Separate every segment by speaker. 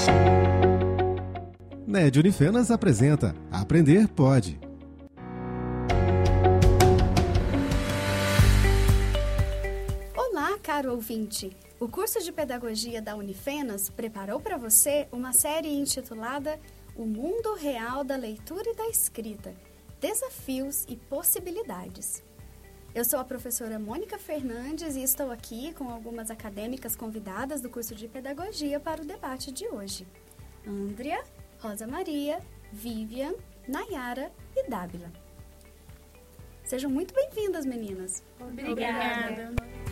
Speaker 1: NED Unifenas apresenta Aprender Pode.
Speaker 2: Olá, caro ouvinte! O curso de Pedagogia da Unifenas preparou para você uma série intitulada O Mundo Real da Leitura e da Escrita, Desafios e Possibilidades. Eu sou a professora Mônica Fernandes e estou aqui com algumas acadêmicas convidadas do curso de Pedagogia para o debate de hoje. Andrea, Rosa Maria, Vivian, Nayara e Dábila. Sejam muito bem-vindas, meninas.
Speaker 3: Obrigada.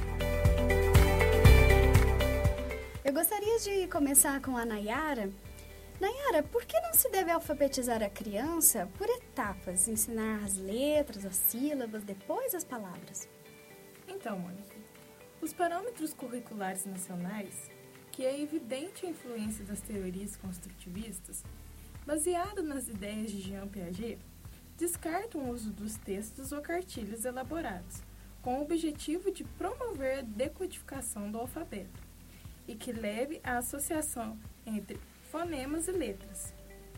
Speaker 2: Eu gostaria de começar com a Nayara. Nayara, por que não se deve alfabetizar a criança por etapas? Ensinar as letras, as sílabas, depois as palavras?
Speaker 3: Então, Mônica, os parâmetros curriculares nacionais, que é evidente a influência das teorias construtivistas, baseado nas ideias de Jean Piaget, descartam o uso dos textos ou cartilhas elaborados, com o objetivo de promover a decodificação do alfabeto, e que leve à associação entre fonemas e letras.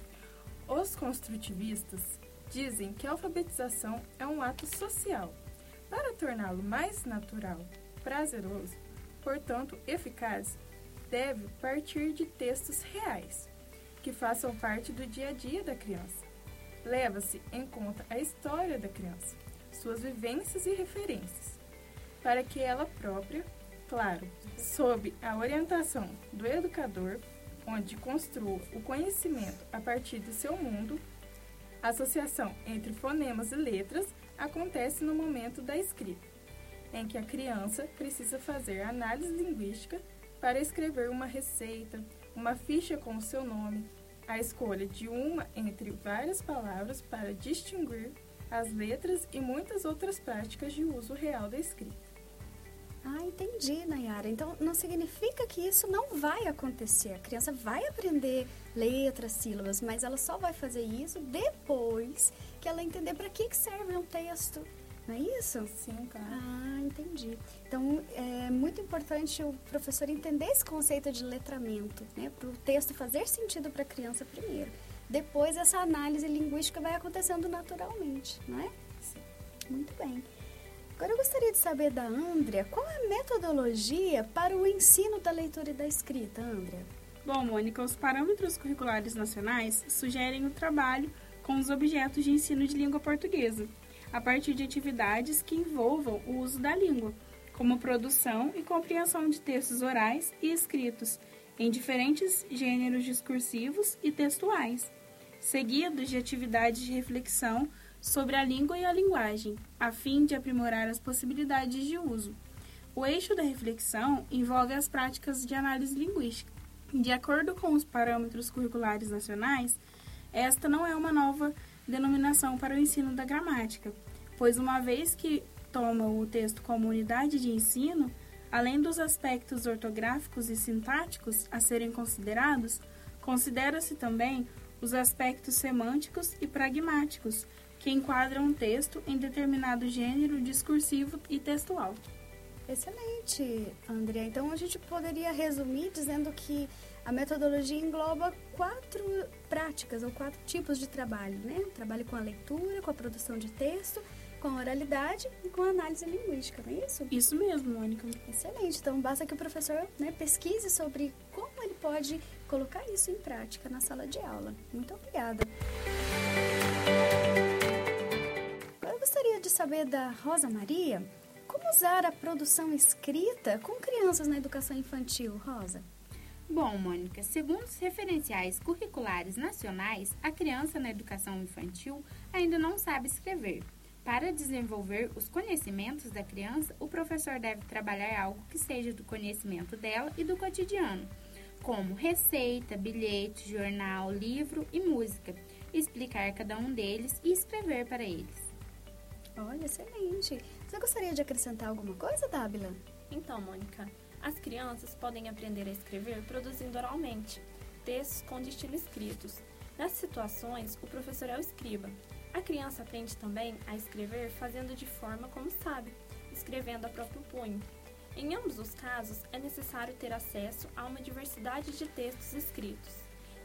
Speaker 3: Os construtivistas dizem que a alfabetização é um ato social. Para torná-lo mais natural, prazeroso, portanto eficaz, deve partir de textos reais, que façam parte do dia a dia da criança. Leva-se em conta a história da criança, suas vivências e referências, para que ela própria, claro, sob a orientação do educador, onde construa o conhecimento a partir do seu mundo, a associação entre fonemas e letras acontece no momento da escrita, em que a criança precisa fazer análise linguística para escrever uma receita, uma ficha com o seu nome, a escolha de uma entre várias palavras para distinguir as letras e muitas outras práticas de uso real da escrita.
Speaker 2: Ah, entendi, Nayara. Então, não significa que isso não vai acontecer. A criança vai aprender letras, sílabas, mas ela só vai fazer isso depois que ela entender para que serve um texto. Não é isso?
Speaker 3: Sim, claro.
Speaker 2: Ah, entendi. Então, é muito importante o professor entender esse conceito de letramento, né? Para o texto fazer sentido para a criança primeiro. Depois, essa análise linguística vai acontecendo naturalmente, não é?
Speaker 3: Sim.
Speaker 2: Muito bem. Agora eu gostaria de saber da Andrea, qual é a metodologia para o ensino da leitura e da escrita, Andrea?
Speaker 4: Bom, Mônica, os parâmetros curriculares nacionais sugerem o trabalho com os objetos de ensino de língua portuguesa, a partir de atividades que envolvam o uso da língua, como produção e compreensão de textos orais e escritos, em diferentes gêneros discursivos e textuais, seguidos de atividades de reflexão sobre a língua e a linguagem, a fim de aprimorar as possibilidades de uso. O eixo da reflexão envolve as práticas de análise linguística. De acordo com os parâmetros curriculares nacionais, esta não é uma nova denominação para o ensino da gramática, pois uma vez que toma o texto como unidade de ensino, além dos aspectos ortográficos e sintáticos a serem considerados, considera-se também os aspectos semânticos e pragmáticos, que enquadram um texto em determinado gênero discursivo e textual.
Speaker 2: Excelente, Andrea. Então, a gente poderia resumir dizendo que a metodologia engloba 4 práticas ou 4 tipos de trabalho, né? Trabalho com a leitura, com a produção de texto, com a oralidade e com a análise linguística, não é isso?
Speaker 4: Isso mesmo, Mônica.
Speaker 2: Excelente. Então, basta que o professor, pesquise sobre como ele pode colocar isso em prática na sala de aula. Muito obrigada. Eu gostaria de saber da Rosa Maria, como usar a produção escrita com crianças na educação infantil, Rosa?
Speaker 5: Bom, Mônica, segundo os referenciais curriculares nacionais, a criança na educação infantil ainda não sabe escrever. Para desenvolver os conhecimentos da criança, o professor deve trabalhar algo que seja do conhecimento dela e do cotidiano, como receita, bilhete, jornal, livro e música, explicar cada um deles e escrever para eles.
Speaker 2: Olha, excelente. Você gostaria de acrescentar alguma coisa, Dábila?
Speaker 6: Então, Mônica, as crianças podem aprender a escrever produzindo oralmente, textos com destino escritos. Nessas situações, o professor é o escriba. A criança aprende também a escrever fazendo de forma como sabe, escrevendo a próprio punho. Em ambos os casos, é necessário ter acesso a uma diversidade de textos escritos.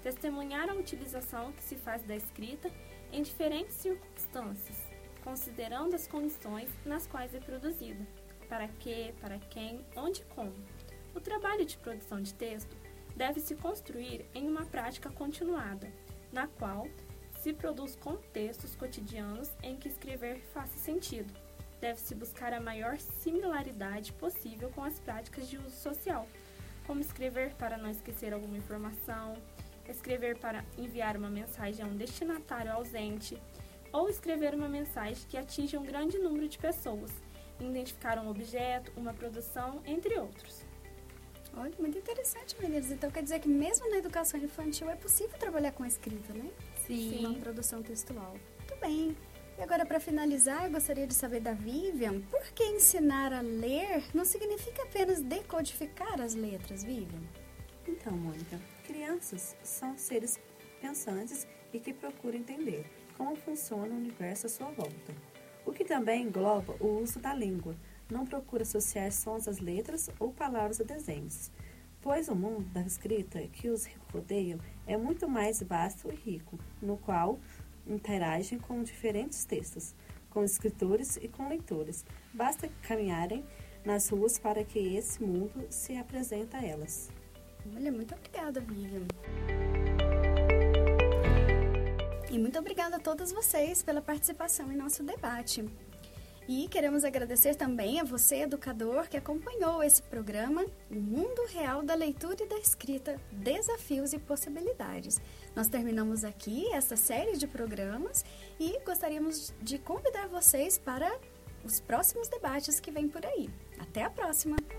Speaker 6: testemunhar a utilização que se faz da escrita em diferentes circunstâncias, considerando as condições nas quais é produzida, para que, para quem, onde e como. O trabalho de produção de texto deve se construir em uma prática continuada, na qual se produz contextos cotidianos em que escrever faça sentido. Deve-se buscar a maior similaridade possível com as práticas de uso social, como escrever para não esquecer alguma informação, escrever para enviar uma mensagem a um destinatário ausente, ou escrever uma mensagem que atinja um grande número de pessoas, identificar um objeto, uma produção, entre outros.
Speaker 2: Olha, muito interessante, meninas. Então quer dizer que mesmo na educação infantil é possível trabalhar com a escrita, né?
Speaker 5: Sim.
Speaker 2: Uma produção textual. Muito bem. E agora, para finalizar, eu gostaria de saber da Vivian, por que ensinar a ler não significa apenas decodificar as letras, Vivian?
Speaker 7: Então, Mônica, crianças são seres pensantes e que procuram entender como funciona o universo à sua volta, o que também engloba o uso da língua. Não procura associar sons às letras ou palavras a desenhos, pois o mundo da escrita que os rodeia é muito mais vasto e rico, no qual interagem com diferentes textos, com escritores e com leitores. Basta caminharem nas ruas para que esse mundo se apresente a elas.
Speaker 2: Olha, muito obrigada, Vivian. E muito obrigada a todos vocês pela participação em nosso debate. E queremos agradecer também a você, educador, que acompanhou esse programa, O Mundo Real da Leitura e da Escrita, Desafios e Possibilidades. Nós terminamos aqui essa série de programas e gostaríamos de convidar vocês para os próximos debates que vêm por aí. Até a próxima!